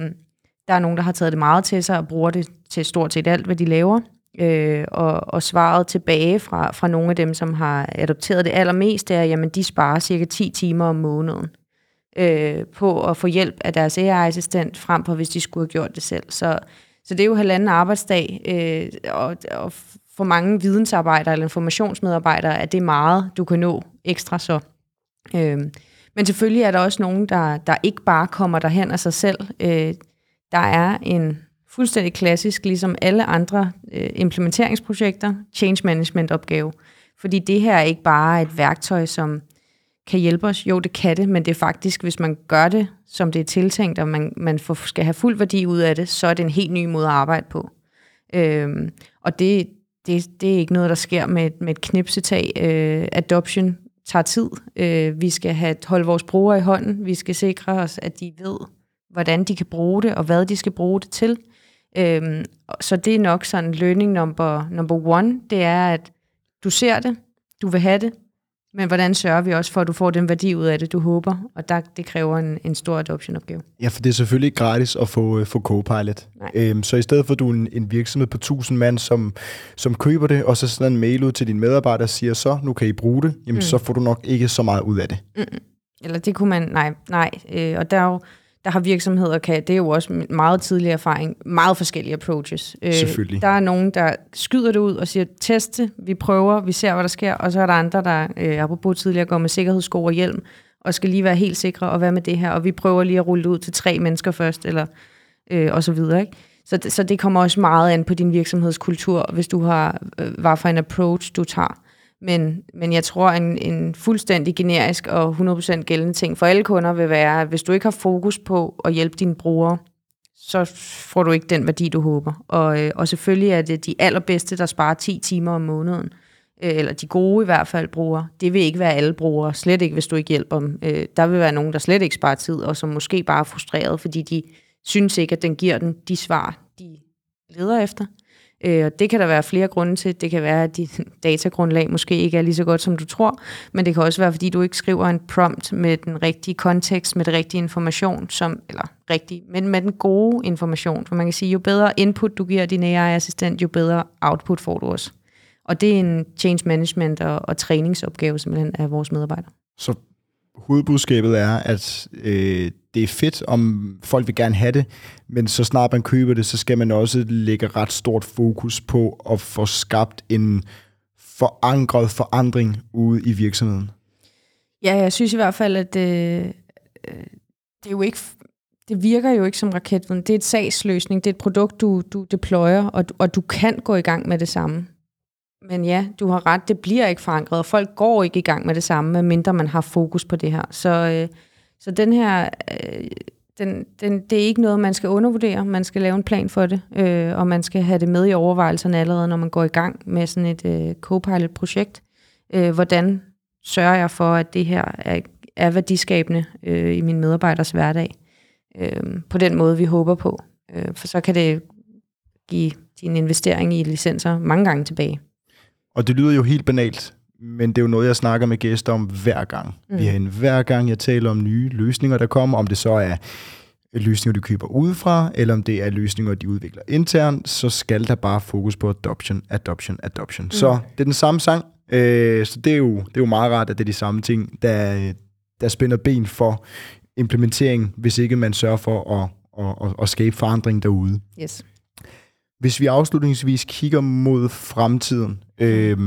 der er nogen, der har taget det meget til sig og bruger det til stort set alt, hvad de laver. Øh, og, og svaret tilbage fra, fra nogle af dem, som har adopteret det allermest, er, at de sparer cirka ti timer om måneden øh, på at få hjælp af deres A I-assistent, frem på, hvis de skulle have gjort det selv. Så Så det er jo halvanden arbejdsdag, øh, og, og for mange vidensarbejdere eller informationsmedarbejdere er det meget, du kan nå ekstra så. Øh, men selvfølgelig er der også nogen, der, der ikke bare kommer derhen af sig selv. Øh, der er en fuldstændig klassisk, ligesom alle andre øh, implementeringsprojekter, change management opgave. Fordi det her er ikke bare et værktøj, som kan hjælpe os. Jo, det kan det, men det er faktisk, hvis man gør det, som det er tiltænkt, og man, man får, skal have fuld værdi ud af det, så er det en helt ny måde at arbejde på. Øhm, og det, det, det er ikke noget, der sker med, med et knipsetag. Øh, adoption tager tid. Øh, vi skal have, holde vores brugere i hånden. Vi skal sikre os, at de ved, hvordan de kan bruge det, og hvad de skal bruge det til. Øhm, så det er nok sådan learning number, number one. Det er, at du ser det, du vil have det, men hvordan sørger vi også for, at du får den værdi ud af det, du håber? Og der, det kræver en, en stor adoption-opgave. Ja, for det er selvfølgelig ikke gratis at få, få Copilot. Øhm, så i stedet for, at du er en, en virksomhed på tusind mand, som, som køber det, og så sender en mail ud til dine medarbejdere og siger, så nu kan I bruge det, jamen mm. så får du nok ikke så meget ud af det. Mm-mm. Eller det kunne man, nej, nej. Øh, og der er jo, der har virksomheder, kan, det er jo også meget tidlig erfaring, meget forskellige approaches. Øh, Selvfølgelig. Der er nogen, der skyder det ud og siger, teste, vi prøver, vi ser, hvad der sker, og så er der andre, der, øh, apropos tidligere, går med sikkerhedssko og hjelm, og skal lige være helt sikre, og hvad med det her, og vi prøver lige at rulle det ud til tre mennesker først, eller øh, og så videre, ikke? Så, så det kommer også meget an på din virksomhedskultur, hvis du har, øh, hvad for en approach du tager. Men, men jeg tror, en, en fuldstændig generisk og hundrede procent gældende ting for alle kunder vil være, at hvis du ikke har fokus på at hjælpe dine brugere, så får du ikke den værdi, du håber. Og, og selvfølgelig er det de allerbedste, der sparer ti timer om måneden, eller de gode i hvert fald brugere. Det vil ikke være alle brugere, slet ikke, hvis du ikke hjælper dem. Der vil være nogen, der slet ikke sparer tid, og som måske bare er frustreret, fordi de synes ikke, at den giver dem de svar, de leder efter. Øh, og det kan der være flere grunde til. Det kan være, at dit datagrundlag måske ikke er lige så godt, som du tror, men det kan også være, fordi du ikke skriver en prompt med den rigtige kontekst, med den rigtige information, som, eller rigtig, men med den gode information. For man kan sige, jo bedre input du giver din A I-assistent, jo bedre output får du også. Og det er en change management og, og træningsopgave simpelthen af vores medarbejdere. Så hovedbudskabet er, at øh, det er fedt, om folk vil gerne have det, men så snart man køber det, så skal man også lægge ret stort fokus på at få skabt en forankret forandring ude i virksomheden. Ja, jeg synes i hvert fald, at øh, det er jo ikke... Det virker jo ikke som raketviden. Det er et sagsløsning. Det er et produkt, du, du deployer, og du, og du kan gå i gang med det samme. Men ja, du har ret, det bliver ikke forankret, og folk går ikke i gang med det samme, medmindre man har fokus på det her. Så, øh, så den her, øh, den, den, det er ikke noget, man skal undervurdere. Man skal lave en plan for det, øh, og man skal have det med i overvejelserne allerede, når man går i gang med sådan et øh, Copilot-projekt. Øh, hvordan sørger jeg for, at det her er, er værdiskabende øh, i mine medarbejders hverdag? Øh, på den måde, vi håber på. Øh, for så kan det give din investering i licenser mange gange tilbage. Og det lyder jo helt banalt, men det er jo noget, jeg snakker med gæster om hver gang. Mm. Vi har en hver gang, jeg taler om nye løsninger, der kommer, om det så er løsninger, du køber udefra, eller om det er løsninger, de udvikler internt, så skal der bare fokus på adoption, adoption, adoption. Mm. Så det er den samme sang, øh, så det er, jo, det er jo meget rart, at det er de samme ting, der, der spænder ben for implementering, hvis ikke man sørger for at, at, at, at skabe forandring derude. Yes. Hvis vi afslutningsvis kigger mod fremtiden, øh,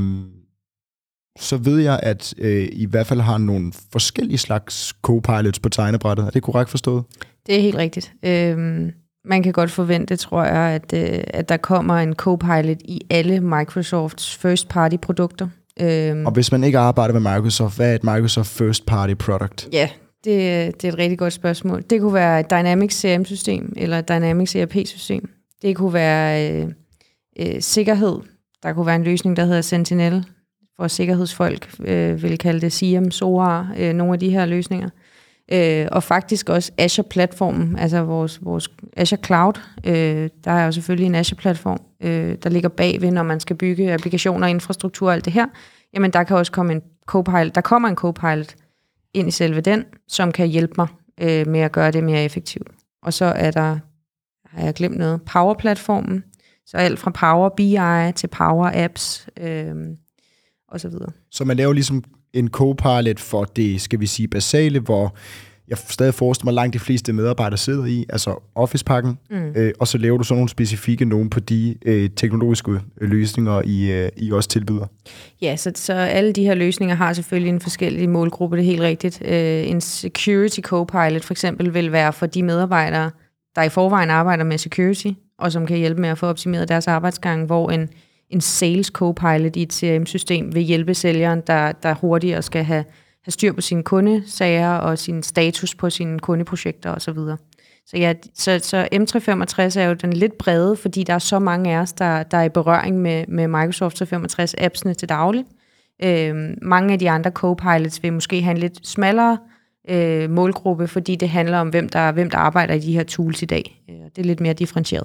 så ved jeg, at øh, I hvert fald har nogle forskellige slags copilots på tegnebrættet. Er det korrekt forstået? Det er helt rigtigt. Øhm, man kan godt forvente, tror jeg, at, øh, at der kommer en copilot i alle Microsofts first-party-produkter. Øhm, Og hvis man ikke arbejder med Microsoft, hvad er et Microsoft first-party product? Ja, det, det er et rigtig godt spørgsmål. Det kunne være et Dynamics C R M-system eller et Dynamics E R P-system. Det kunne være øh, øh, sikkerhed. Der kunne være en løsning, der hedder Sentinel, hvor sikkerhedsfolk øh, vil kalde det S I E M, S O A R, øh, nogle af de her løsninger. Øh, og faktisk også Azure-platformen, altså vores, vores Azure Cloud. Øh, der er jo selvfølgelig en Azure-platform, øh, der ligger bagved, når man skal bygge applikationer, infrastruktur og alt det her. Jamen, der kan også komme en copilot. Der kommer en copilot ind i selve den, som kan hjælpe mig øh, med at gøre det mere effektivt. Og så er der, har jeg glemt noget, Power-platformen. Så alt fra Power B I til Power Apps øh, og så videre. Så man laver ligesom en copilot for det, skal vi sige, basale, hvor jeg stadig forestiller mig, langt de fleste medarbejdere sidder i, altså Office-pakken, mm. øh, og så laver du så nogle specifikke nogen på de øh, teknologiske løsninger, I, øh, I også tilbyder. Ja, så, så alle de her løsninger har selvfølgelig en forskellig målgruppe, det er helt rigtigt. Øh, en security copilot for eksempel vil være for de medarbejdere, der i forvejen arbejder med security, og som kan hjælpe med at få optimeret deres arbejdsgang, hvor en, en sales copilot i et C R M-system vil hjælpe sælgeren, der, der hurtigere skal have have styr på sine kundesager og sin status på sine kundeprojekter osv. Så, så, ja, så, så M tre femogtres er jo den lidt brede, fordi der er så mange af os, der, der er i berøring med, med Microsoft tre femogtres-appsene til daglig. Øh, mange af de andre copilots vil måske have en lidt smallere øh, målgruppe, fordi det handler om, hvem der, hvem der arbejder i de her tools i dag. Det er lidt mere differentieret.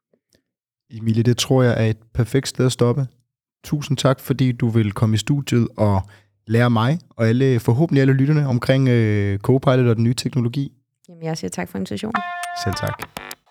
Emilie, det tror jeg er et perfekt sted at stoppe. Tusind tak, fordi du vil komme i studiet og lære mig og alle, forhåbentlig alle lytterne omkring øh, Copilot og den nye teknologi. Jamen, jeg siger tak for invitationen. Selv tak.